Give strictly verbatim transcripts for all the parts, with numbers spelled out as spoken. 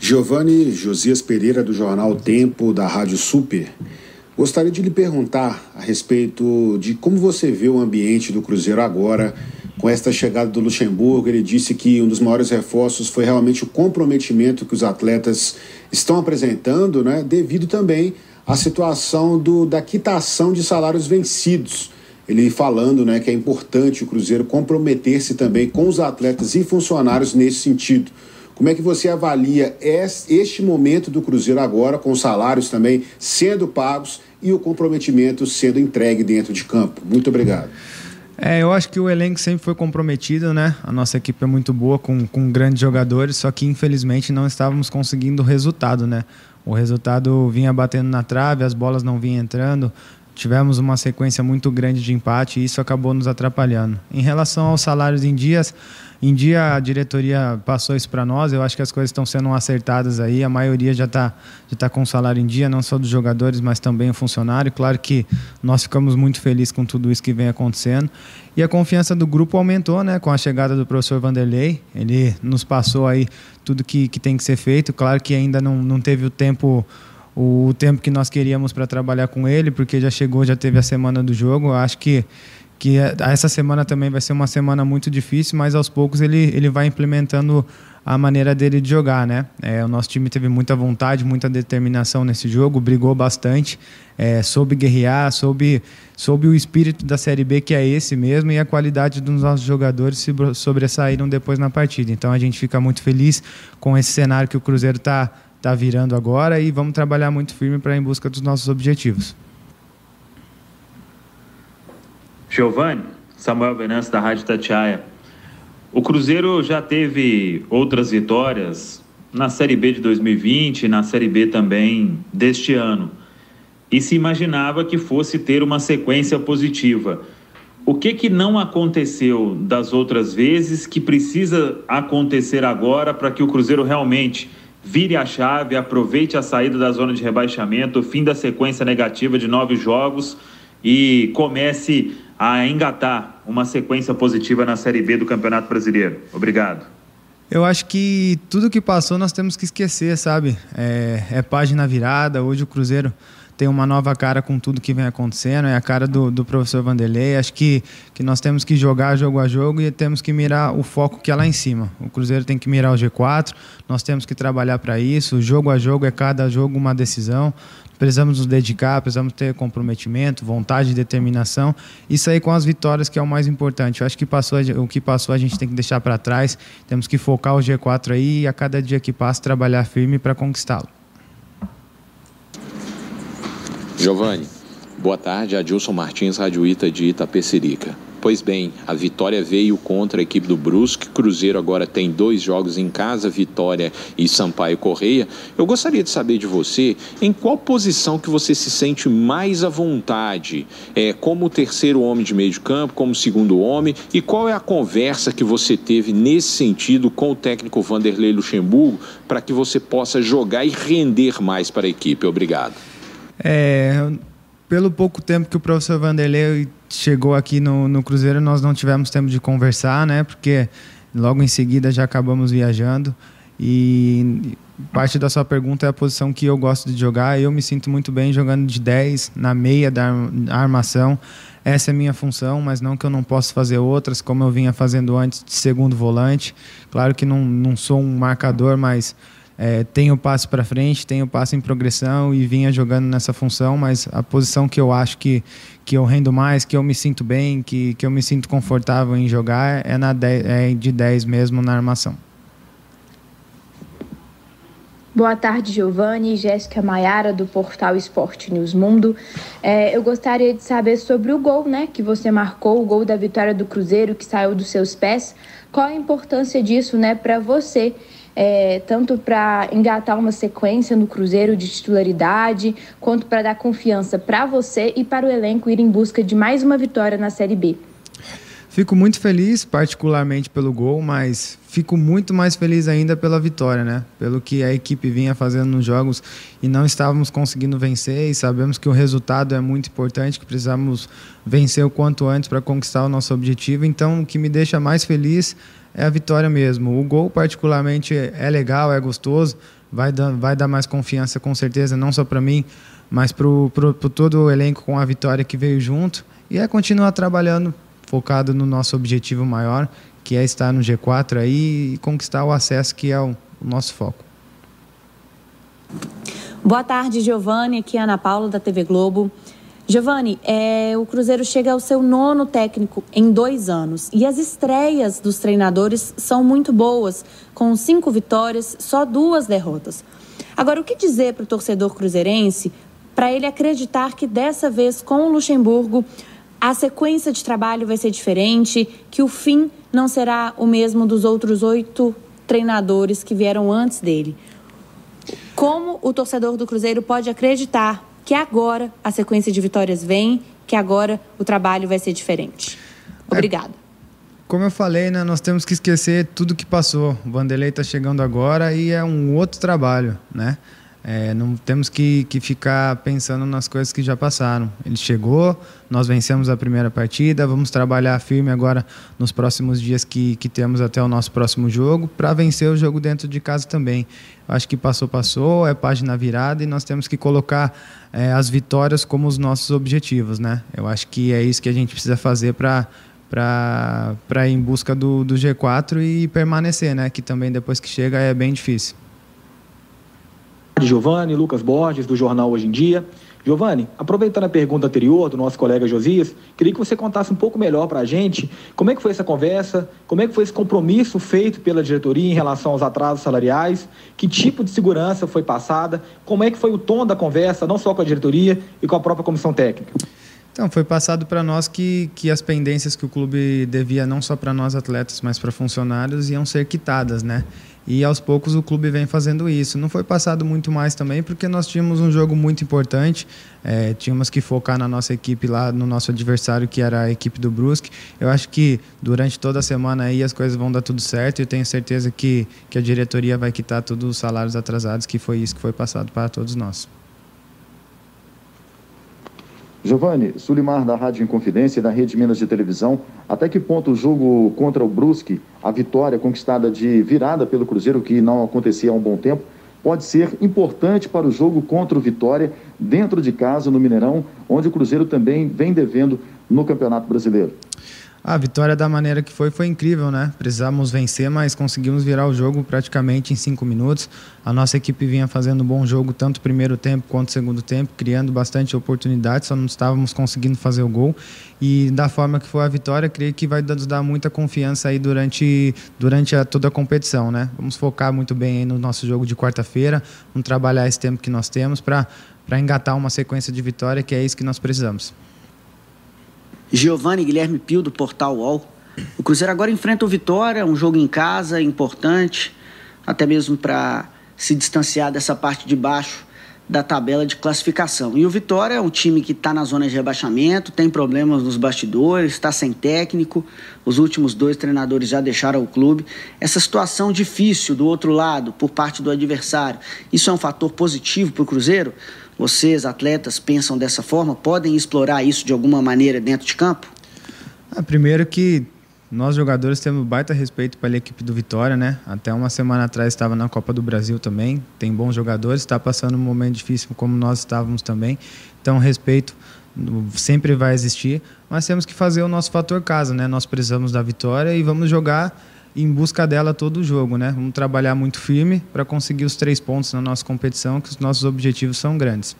Giovanni Josias Pereira, do jornal O Tempo, da Rádio Super. Gostaria de lhe perguntar a respeito de como você vê o ambiente do Cruzeiro agora, com esta chegada do Luxemburgo. Ele disse que um dos maiores reforços foi realmente o comprometimento que os atletas estão apresentando, né, devido também à situação do, da quitação de salários vencidos. Ele falando, né, que é importante o Cruzeiro comprometer-se também com os atletas e funcionários nesse sentido. Como é que você avalia este momento do Cruzeiro agora, com os salários também sendo pagos e o comprometimento sendo entregue dentro de campo? Muito obrigado. É, eu acho que o elenco sempre foi comprometido, né? A nossa equipe é muito boa, com, com grandes jogadores, só que infelizmente não estávamos conseguindo o resultado, né? O resultado vinha batendo na trave, as bolas não vinham entrando. Tivemos uma sequência muito grande de empate e isso acabou nos atrapalhando. Em relação aos salários em dias, em dia a diretoria passou isso para nós. Eu acho que as coisas estão sendo acertadas aí. A maioria já está já tá com salário em dia, não só dos jogadores, mas também o funcionário. Claro que nós ficamos muito felizes com tudo isso que vem acontecendo. E a confiança do grupo aumentou, né, com a chegada do professor Vanderlei. Ele nos passou aí tudo que, que tem que ser feito. Claro que ainda não, não teve o tempo... o tempo que nós queríamos para trabalhar com ele, porque já chegou, já teve a semana do jogo. Eu acho que, que essa semana também vai ser uma semana muito difícil, mas aos poucos ele, ele vai implementando a maneira dele de jogar, né? É, o nosso time teve muita vontade, muita determinação nesse jogo, brigou bastante, é, soube guerrear, soube, soube o espírito da Série B, que é esse mesmo, e a qualidade dos nossos jogadores se sobressaíram depois na partida. Então a gente fica muito feliz com esse cenário que o Cruzeiro está está virando agora, e vamos trabalhar muito firme para ir em busca dos nossos objetivos. Giovanni, Samuel Venâncio, da Rádio Itatiaia. O Cruzeiro já teve outras vitórias na Série B de dois mil e vinte, na Série B também deste ano, e se imaginava que fosse ter uma sequência positiva. O que que não aconteceu das outras vezes que precisa acontecer agora para que o Cruzeiro realmente vire a chave, aproveite a saída da zona de rebaixamento, o fim da sequência negativa de nove jogos e comece a engatar uma sequência positiva na Série B do Campeonato Brasileiro? Obrigado. Eu acho que tudo que passou nós temos que esquecer, sabe? É, é página virada. Hoje o Cruzeiro tem uma nova cara com tudo que vem acontecendo, é a cara do, do professor Vanderlei. Acho que, que nós temos que jogar jogo a jogo e temos que mirar o foco que é lá em cima. O Cruzeiro tem que mirar o G quatro, nós temos que trabalhar para isso. Jogo a jogo é cada jogo uma decisão. Precisamos nos dedicar, precisamos ter comprometimento, vontade e determinação. Isso aí com as vitórias, que é o mais importante. Eu acho que passou, o que passou a gente tem que deixar para trás. Temos que focar o G quatro aí e a cada dia que passa trabalhar firme para conquistá-lo. Giovanni, boa tarde, Adilson Martins, Rádio Ita de Itapecerica. Pois bem, a vitória veio contra a equipe do Brusque. Cruzeiro agora tem dois jogos em casa, Vitória e Sampaio Correia. Eu gostaria de saber de você, em qual posição que você se sente mais à vontade? É, como terceiro homem de meio de campo, como segundo homem? E qual é a conversa que você teve nesse sentido com o técnico Vanderlei Luxemburgo para que você possa jogar e render mais para a equipe? Obrigado. É, pelo pouco tempo que o professor Vanderlei chegou aqui no, no Cruzeiro, nós não tivemos tempo de conversar, né? Porque logo em seguida já acabamos viajando. E parte da sua pergunta é a posição que eu gosto de jogar. Eu me sinto muito bem jogando de dez, na meia da armação. Essa é a minha função, mas não que eu não possa fazer outras, como eu vinha fazendo antes de segundo volante. Claro que não, não sou um marcador, mas... É, tenho passo para frente, tenho passo em progressão e vinha jogando nessa função, mas a posição que eu acho que, que eu rendo mais, que eu me sinto bem, que, que eu me sinto confortável em jogar é, na dez, é de dez mesmo na armação. Boa tarde, Giovanni. Jéssica Maiara, do portal Esporte News Mundo. É, eu gostaria de saber sobre o gol, né, que você marcou, o gol da vitória do Cruzeiro, que saiu dos seus pés. Qual a importância disso, né, para você? É, tanto para engatar uma sequência no Cruzeiro de titularidade, quanto para dar confiança para você e para o elenco ir em busca de mais uma vitória na Série B. Fico muito feliz, particularmente pelo gol, mas fico muito mais feliz ainda pela vitória, né? Pelo que a equipe vinha fazendo nos jogos e não estávamos conseguindo vencer, e sabemos que o resultado é muito importante, que precisamos vencer o quanto antes para conquistar o nosso objetivo. Então, o que me deixa mais feliz é a vitória mesmo. O gol, particularmente, é legal, é gostoso. vai dar, vai dar mais confiança com certeza, não só para mim, mas para todo o elenco com a vitória que veio junto. E é continuar trabalhando, focado no nosso objetivo maior, que é estar no G quatro aí e conquistar o acesso, que é o, o nosso foco. Boa tarde, Giovani. Aqui é a Ana Paula, da T V Globo. Giovani, é, o Cruzeiro chega ao seu nono técnico em dois anos e as estreias dos treinadores são muito boas, com cinco vitórias, só duas derrotas. Agora, o que dizer para o torcedor cruzeirense para ele acreditar que dessa vez com o Luxemburgo a sequência de trabalho vai ser diferente, que o fim não será o mesmo dos outros oito treinadores que vieram antes dele? Como o torcedor do Cruzeiro pode acreditar que agora a sequência de vitórias vem, que agora o trabalho vai ser diferente? Obrigada. É, como eu falei, né, nós temos que esquecer tudo que passou. O Vanderlei está chegando agora e é um outro trabalho, né? É, não temos que, que ficar pensando nas coisas que já passaram. Ele chegou, nós vencemos a primeira partida, vamos trabalhar firme agora nos próximos dias que, que temos até o nosso próximo jogo, para vencer o jogo dentro de casa também. Acho que passou, passou, é página virada e nós temos que colocar é, as vitórias como os nossos objetivos, né? Eu acho que é isso que a gente precisa fazer para para ir em busca do, do G quatro e permanecer, né? Que também depois que chega é bem difícil. Giovani, Lucas Borges, do jornal Hoje em Dia. Giovani, aproveitando a pergunta anterior do nosso colega Josias, queria que você contasse um pouco melhor para a gente como é que foi essa conversa, como é que foi esse compromisso feito pela diretoria em relação aos atrasos salariais, que tipo de segurança foi passada, como é que foi o tom da conversa, não só com a diretoria e com a própria comissão técnica. Então, foi passado para nós que, que as pendências que o clube devia, não só para nós atletas, mas para funcionários, iam ser quitadas, né? E aos poucos o clube vem fazendo isso. Não foi passado muito mais também, porque nós tínhamos um jogo muito importante, é, tínhamos que focar na nossa equipe lá, no nosso adversário, que era a equipe do Brusque. Eu acho que durante toda a semana aí as coisas vão dar tudo certo e eu tenho certeza que, que a diretoria vai quitar todos os salários atrasados, que foi isso que foi passado para todos nós. Giovani, Sulimar da Rádio Inconfidência e da Rede Minas de Televisão, até que ponto o jogo contra o Brusque, a vitória conquistada de virada pelo Cruzeiro, que não acontecia há um bom tempo, pode ser importante para o jogo contra o Vitória, dentro de casa, no Mineirão, onde o Cruzeiro também vem devendo no Campeonato Brasileiro? A vitória da maneira que foi, foi incrível, né? Precisávamos vencer, mas conseguimos virar o jogo praticamente em cinco minutos. A nossa equipe vinha fazendo um bom jogo, tanto primeiro tempo quanto segundo tempo, criando bastante oportunidades, só não estávamos conseguindo fazer o gol. E da forma que foi a vitória, creio que vai nos dar muita confiança aí durante, durante a, toda a competição, né? Vamos focar muito bem aí no nosso jogo de quarta-feira, vamos trabalhar esse tempo que nós temos para para engatar uma sequência de vitória, que é isso que nós precisamos. Giovani Guilherme Pio, do Portal U O L. O Cruzeiro agora enfrenta o Vitória, um jogo em casa importante, até mesmo para se distanciar dessa parte de baixo da tabela de classificação. E o Vitória é um time que está na zona de rebaixamento, tem problemas nos bastidores, está sem técnico, os últimos dois treinadores já deixaram o clube. Essa situação difícil do outro lado, por parte do adversário, isso é um fator positivo para o Cruzeiro? Vocês, atletas, pensam dessa forma? Podem explorar isso de alguma maneira dentro de campo? Ah, primeiro que nós, jogadores, temos baita respeito pela equipe do Vitória, né? Até uma semana atrás estava na Copa do Brasil também. Tem bons jogadores, está passando um momento difícil como nós estávamos também. Então, respeito sempre vai existir, mas temos que fazer o nosso fator casa, né? Nós precisamos da vitória e vamos jogar em busca dela todo o jogo, né? Vamos trabalhar muito firme para conseguir os três pontos na nossa competição, que os nossos objetivos são grandes.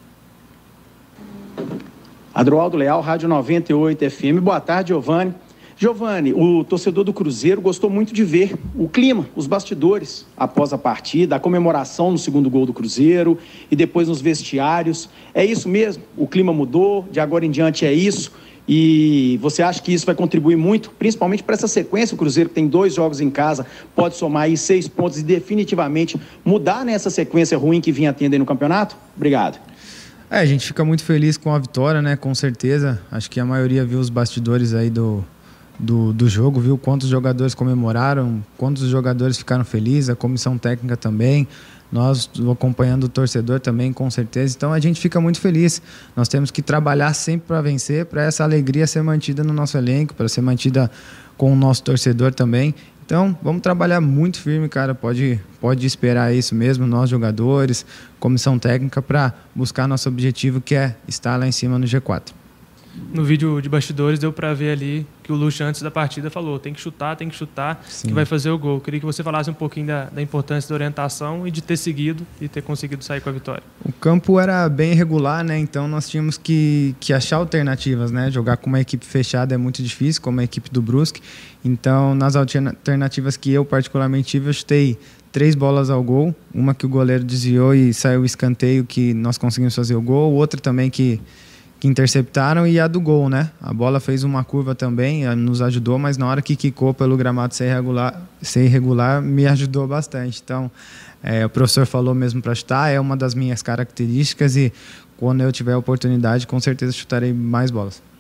Adroaldo Leal, Rádio noventa e oito F M. Boa tarde, Giovani. Giovani, o torcedor do Cruzeiro gostou muito de ver o clima, os bastidores após a partida, a comemoração no segundo gol do Cruzeiro e depois nos vestiários. É isso mesmo? O clima mudou, de agora em diante é isso? E você acha que isso vai contribuir muito, principalmente para essa sequência? O Cruzeiro tem dois jogos em casa, pode somar aí seis pontos e definitivamente mudar nessa sequência ruim que vinha tendo aí no campeonato? Obrigado. É, a gente fica muito feliz com a vitória, né? Com certeza. Acho que a maioria viu os bastidores aí do, do, do jogo, viu quantos jogadores comemoraram, quantos jogadores ficaram felizes, a comissão técnica também. Nós acompanhando o torcedor também, com certeza. Então a gente fica muito feliz. Nós temos que trabalhar sempre para vencer, para essa alegria ser mantida no nosso elenco, para ser mantida com o nosso torcedor também. Então, vamos trabalhar muito firme, cara. Pode, pode esperar isso mesmo, nós jogadores, comissão técnica, para buscar nosso objetivo, que é estar lá em cima no G quatro. No vídeo de bastidores deu para ver ali que o Lucha, antes da partida, falou: tem que chutar, tem que chutar, Sim. que vai fazer o gol. Queria que você falasse um pouquinho da, da importância da orientação e de ter seguido e ter conseguido sair com a vitória. O campo era bem irregular, né? Então nós tínhamos que, que achar alternativas, né? Jogar com uma equipe fechada é muito difícil, como a equipe do Brusque. Então, nas alternativas que eu particularmente tive, eu chutei três bolas ao gol. Uma que o goleiro desviou e saiu o escanteio, que nós conseguimos fazer o gol. Outra também que que interceptaram, e a do gol, né? A bola fez uma curva também, nos ajudou, mas na hora que quicou pelo gramado ser irregular, ser irregular me ajudou bastante. Então, é, o professor falou mesmo para chutar, é uma das minhas características, e quando eu tiver a oportunidade, com certeza chutarei mais bolas.